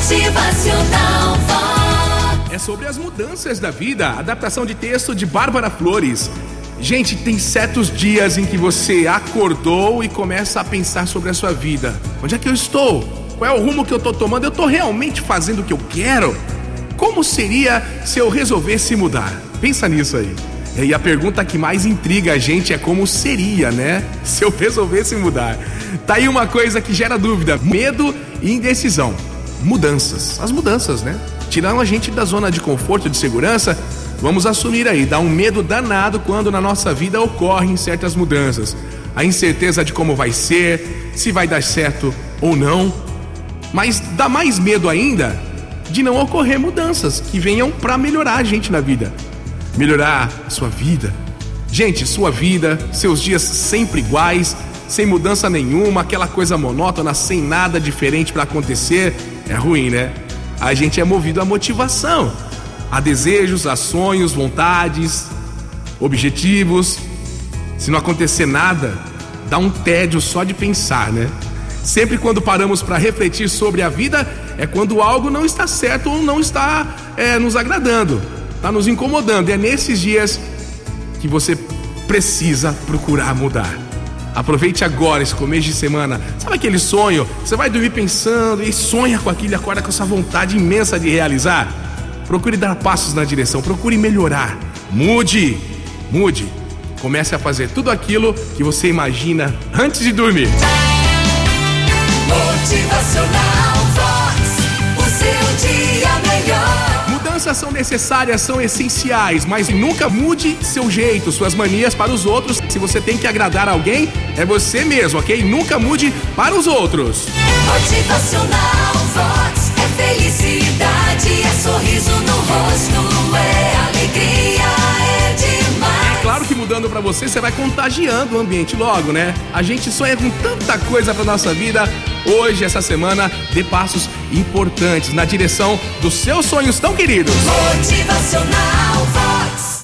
Motivacional Vox. É sobre as mudanças da vida. Adaptação de texto de Bárbara Flores. Gente, tem certos dias em que você acordou e começa a pensar sobre a sua vida. Onde é que eu estou? Qual é o rumo que eu estou tomando? Eu estou realmente fazendo o que eu quero? Como seria se eu resolvesse mudar? Pensa nisso aí. E a pergunta que mais intriga a gente é como seria, né? Se eu resolvesse mudar. Tá aí uma coisa que gera dúvida: medo e indecisão. Mudanças. As mudanças, né? Tiram a gente da zona de conforto, de segurança. Vamos assumir aí, dá um medo danado quando na nossa vida ocorrem certas mudanças. A incerteza de como vai ser, se vai dar certo ou não. Mas dá mais medo ainda de não ocorrer mudanças que venham para melhorar a gente na vida. Melhorar a sua vida. Gente, sua vida, seus dias sempre iguais, sem mudança nenhuma, aquela coisa monótona, sem nada diferente para acontecer, é ruim, né? A gente é movido à motivação, a desejos, a sonhos, vontades, objetivos. Se não acontecer nada, dá um tédio só de pensar, né? Sempre quando paramos para refletir sobre a vida, é quando algo não está certo ou não está nos agradando, está nos incomodando. É nesses dias que você precisa procurar mudar. Aproveite agora esse começo de semana. Sabe aquele sonho? Você vai dormir pensando e sonha com aquilo e acorda com essa vontade imensa de realizar? Procure dar passos na direção, procure melhorar. Mude. Comece a fazer tudo aquilo que você imagina antes de dormir. Motivacional Vox, o seu dia melhor. Mudanças são necessárias, são essenciais, mas nunca mude seu jeito, suas manias para os outros. Se você tem que agradar alguém, é você mesmo, ok? Nunca mude para os outros. Motivacional Vox é felicidade, é sorriso no rosto, é alegria, é demais. É claro que mudando pra você, você vai contagiando o ambiente logo, né? A gente sonha com tanta coisa pra nossa vida. Hoje, essa semana, dê passos importantes na direção dos seus sonhos tão queridos. Motivacional Vox.